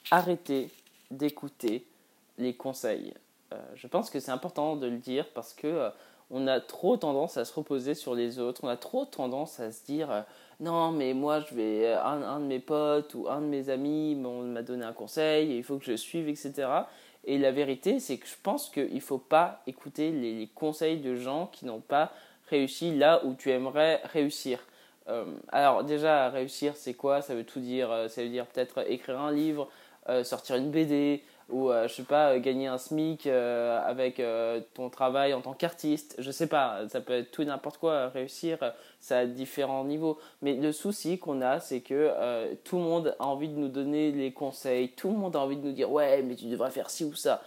arrêtez d'écouter les conseils. Je pense que c'est important de le dire parce que on a trop tendance à se reposer sur les autres, on a trop tendance à se dire non mais moi je vais un de mes potes ou un de mes amis m'a donné un conseil et il faut que je suive, etc. Et la vérité c'est que je pense qu'il ne faut pas écouter les conseils de gens qui n'ont pas réussi là où tu aimerais réussir. Alors déjà réussir c'est quoi? Ça veut tout dire, ça veut dire peut-être écrire un livre, sortir une BD ou je sais pas gagner un SMIC avec ton travail en tant qu'artiste, je sais pas, ça peut être tout et n'importe quoi. Réussir ça a différents niveaux, mais le souci qu'on a c'est que tout le monde a envie de nous donner les conseils, tout le monde a envie de nous dire ouais mais tu devrais faire ci ou ça.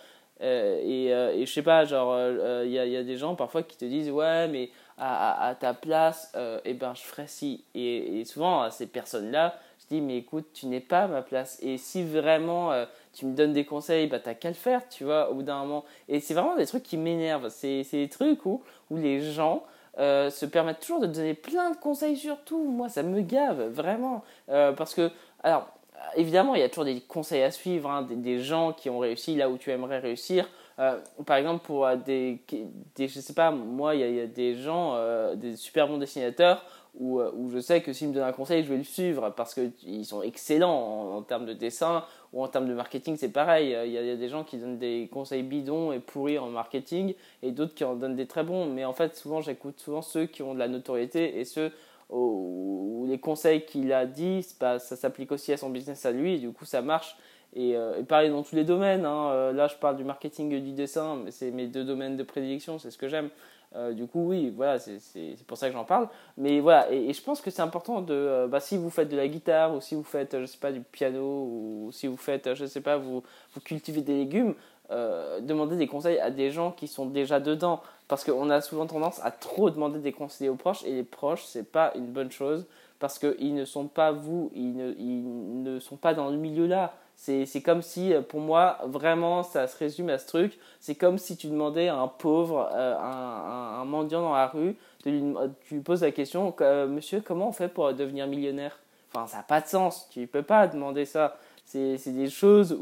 Et je sais pas, genre y a des gens parfois qui te disent ouais mais à ta place eh ben je ferais ci, et souvent à ces personnes là je dis mais écoute tu n'es pas à ma place, et si vraiment tu me donnes des conseils bah t'as qu'à le faire, tu vois, au bout d'un moment. Et c'est vraiment des trucs qui m'énervent, c'est des trucs où les gens se permettent toujours de donner plein de conseils sur tout. Moi ça me gave vraiment, parce que alors évidemment il y a toujours des conseils à suivre, hein, des gens qui ont réussi là où tu aimerais réussir. Par exemple pour je sais pas moi il y a des gens des super bons dessinateurs où je sais que s'ils me donnent un conseil je vais le suivre parce qu'ils sont excellents en termes de dessin, ou en termes de marketing c'est pareil. Il y a des gens qui donnent des conseils bidons et pourris en marketing et d'autres qui en donnent des très bons, mais en fait souvent j'écoute souvent ceux qui ont de la notoriété et ceux où les conseils qu'il a dit ça s'applique aussi à son business à lui et du coup ça marche. Et pareil dans tous les domaines, hein. Là je parle du marketing et du dessin, mais c'est mes deux domaines de prédilection, c'est ce que j'aime. Du coup oui voilà c'est pour ça que j'en parle. Mais voilà, et je pense que c'est important de si vous faites de la guitare ou si vous faites je sais pas du piano ou si vous faites je sais pas vous cultivez des légumes, demandez des conseils à des gens qui sont déjà dedans, parce qu'on a souvent tendance à trop demander des conseils aux proches, et les proches c'est pas une bonne chose parce qu'ils ne sont pas vous, ils ne sont pas dans le milieu là. C'est comme si, pour moi, vraiment, ça se résume à ce truc. C'est comme si tu demandais à un pauvre, un mendiant dans la rue, tu lui poses la question, monsieur, comment on fait pour devenir millionnaire? Enfin, ça n'a pas de sens. Tu ne peux pas demander ça. C'est des choses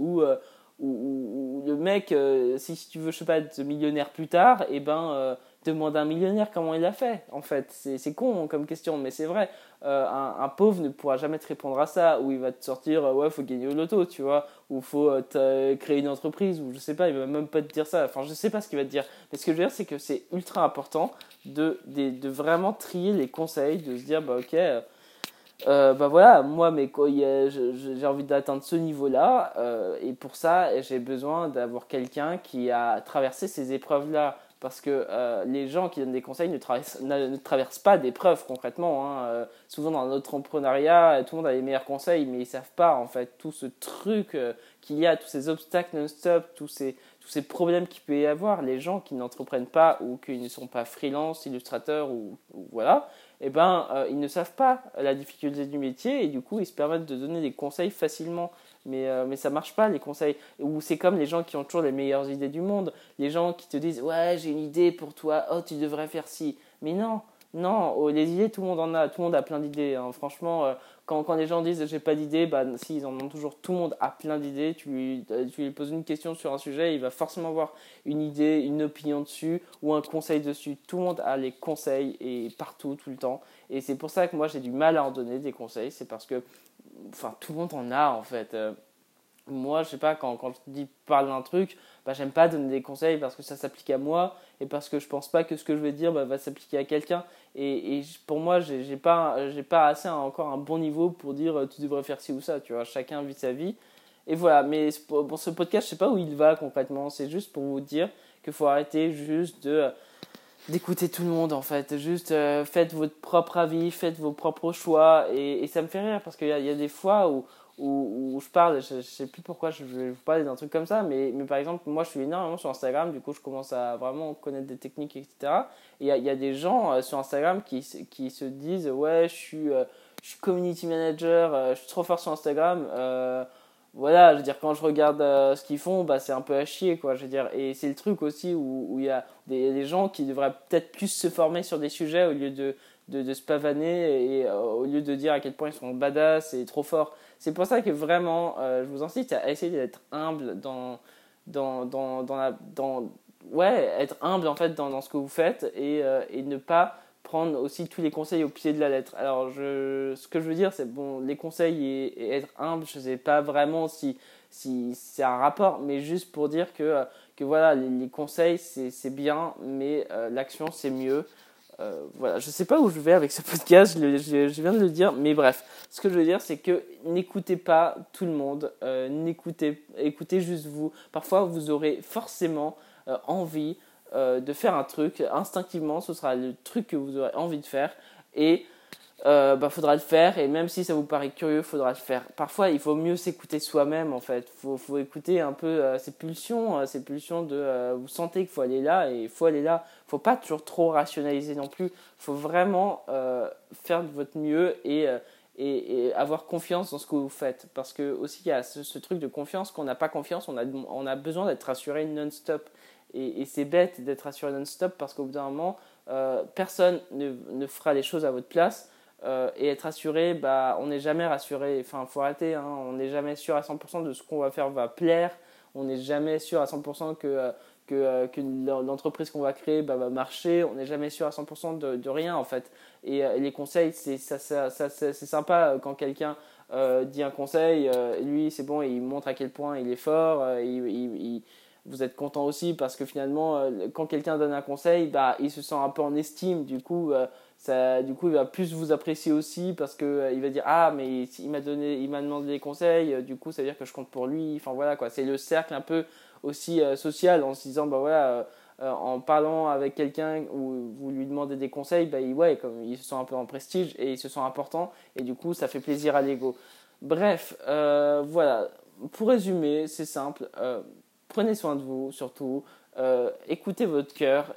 où le mec, si tu veux, je sais pas, être millionnaire plus tard, eh ben, demande à un millionnaire comment il a fait. En fait, c'est con comme question, mais c'est vrai. Un pauvre ne pourra jamais te répondre à ça, ou il va te sortir ouais faut gagner au loto, tu vois, ou faut créer une entreprise, ou je sais pas, il va même pas te dire ça, enfin je sais pas ce qu'il va te dire, mais ce que je veux dire c'est que c'est ultra important de vraiment trier les conseils, de se dire bah ok bah voilà, moi j'ai envie d'atteindre ce niveau-là, et pour ça j'ai besoin d'avoir quelqu'un qui a traversé ces épreuves-là, parce que les gens qui donnent des conseils ne traversent pas d'épreuves concrètement, hein. Souvent dans l'entrepreneuriat, tout le monde a les meilleurs conseils, mais ils savent pas en fait tout ce truc qu'il y a, tous ces obstacles non-stop, tous ces problèmes qu'il peut y avoir. Les gens qui n'entreprennent pas ou qui ne sont pas freelance, illustrateurs ou voilà, eh ben, ils ne savent pas la difficulté du métier, et du coup ils se permettent de donner des conseils facilement, mais ça marche pas les conseils. Ou c'est comme les gens qui ont toujours les meilleures idées du monde, les gens qui te disent ouais j'ai une idée pour toi, oh tu devrais faire ci, mais non, non, oh, les idées tout le monde en a, tout le monde a plein d'idées, hein. Franchement quand les gens disent j'ai pas d'idée, bah si ils en ont toujours, tout le monde a plein d'idées. Tu lui poses une question sur un sujet, il va forcément avoir une idée, une opinion dessus ou un conseil dessus. Tout le monde a les conseils et partout, tout le temps. Et c'est pour ça que moi j'ai du mal à en donner des conseils, c'est parce que enfin tout le monde en a en fait. Moi, je sais pas, quand je dis parle d'un truc, bah, j'aime pas donner des conseils parce que ça s'applique à moi et parce que je pense pas que ce que je vais dire va s'appliquer à quelqu'un. Et pour moi, j'ai pas assez encore un bon niveau pour dire tu devrais faire ci ou ça, tu vois. Chacun vit sa vie. Et voilà, mais pour ce podcast, je sais pas où il va concrètement. C'est juste pour vous dire qu'il faut arrêter juste d'écouter tout le monde en fait. Juste faites votre propre avis, faites vos propres choix, et ça me fait rire parce qu'il y a des fois où je parle, je sais plus pourquoi je vais vous parler d'un truc comme ça, mais par exemple moi je suis énormément sur Instagram, du coup je commence à vraiment connaître des techniques, etc. Et il y a des gens sur Instagram qui se disent ouais je suis community manager, je suis trop fort sur Instagram, voilà, je veux dire, quand je regarde ce qu'ils font, bah, c'est un peu à chier, quoi, je veux dire. Et c'est le truc aussi où il y a des gens qui devraient peut-être plus se former sur des sujets au lieu de se pavaner, et au lieu de dire à quel point ils sont badass et trop forts. C'est pour ça que vraiment, je vous incite à essayer d'être humble ouais, être humble en fait dans ce que vous faites et ne pas prendre aussi tous les conseils au pied de la lettre. Alors, ce que je veux dire, c'est bon, les conseils et être humble, je ne sais pas vraiment si c'est un rapport, mais juste pour dire que voilà, les conseils, c'est bien, mais l'action, c'est mieux. Voilà, je sais pas où je vais avec ce podcast, je viens de le dire, mais bref, ce que je veux dire, c'est que n'écoutez pas tout le monde, écoutez juste vous. Parfois, vous aurez forcément envie de faire un truc, instinctivement, ce sera le truc que vous aurez envie de faire, et faudra le faire, et même si ça vous paraît curieux, faudra le faire. Parfois, il faut mieux s'écouter soi-même, en fait. Faut écouter un peu ces pulsions de vous sentez qu'il faut aller là, et il faut aller là. Faut pas toujours trop rationaliser non plus. Faut vraiment faire de votre mieux et avoir confiance dans ce que vous faites. Parce que aussi, il y a ce truc de confiance, qu'on n'a pas confiance, on a besoin d'être rassuré non-stop. Et c'est bête d'être rassuré non-stop parce qu'au bout d'un moment, personne ne fera les choses à votre place. Et être rassuré, on n'est jamais rassuré. Enfin, faut arrêter, hein. On n'est jamais sûr à 100% de ce qu'on va faire va plaire. On n'est jamais sûr à 100% que l'entreprise qu'on va créer va marcher. On n'est jamais sûr à 100% de rien, en fait. Et les conseils, c'est sympa quand quelqu'un dit un conseil. Lui, c'est bon, il montre à quel point il est fort. Vous êtes content aussi parce que finalement, quand quelqu'un donne un conseil, il se sent un peu en estime. Du coup, il va plus vous apprécier aussi parce que il va dire ah mais il m'a demandé des conseils. Du coup, ça veut dire que je compte pour lui. Enfin voilà quoi. C'est le cercle un peu aussi social en se disant en parlant avec quelqu'un où vous lui demandez des conseils, comme il se sent un peu en prestige et il se sent important et du coup, ça fait plaisir à l'ego. Bref, voilà. Pour résumer, c'est simple. Prenez soin de vous, surtout. Écoutez votre cœur.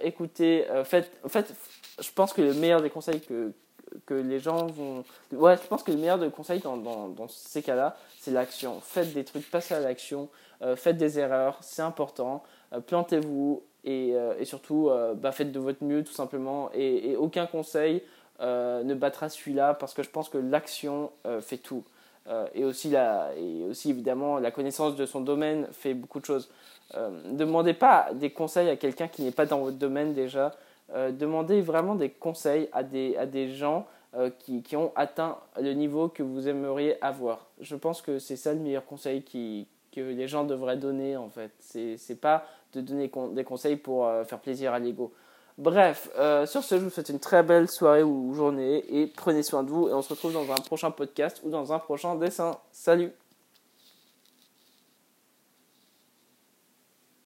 Je pense que le meilleur des conseils que les gens vont... Ouais, je pense que le meilleur des conseils dans ces cas-là, c'est l'action. Faites des trucs, passez à l'action. Faites des erreurs, c'est important. Plantez-vous et surtout, faites de votre mieux, tout simplement. Et aucun conseil ne battra celui-là parce que je pense que l'action fait tout. Et aussi évidemment la connaissance de son domaine fait beaucoup de choses. Ne demandez pas des conseils à quelqu'un qui n'est pas dans votre domaine déjà. Demandez vraiment des conseils à des gens qui ont atteint le niveau que vous aimeriez avoir. Je pense que c'est ça le meilleur conseil que les gens devraient donner en fait. C'est pas de donner des conseils pour faire plaisir à l'ego. Bref, sur ce, je vous souhaite une très belle soirée ou journée et prenez soin de vous et on se retrouve dans un prochain podcast ou dans un prochain dessin. Salut!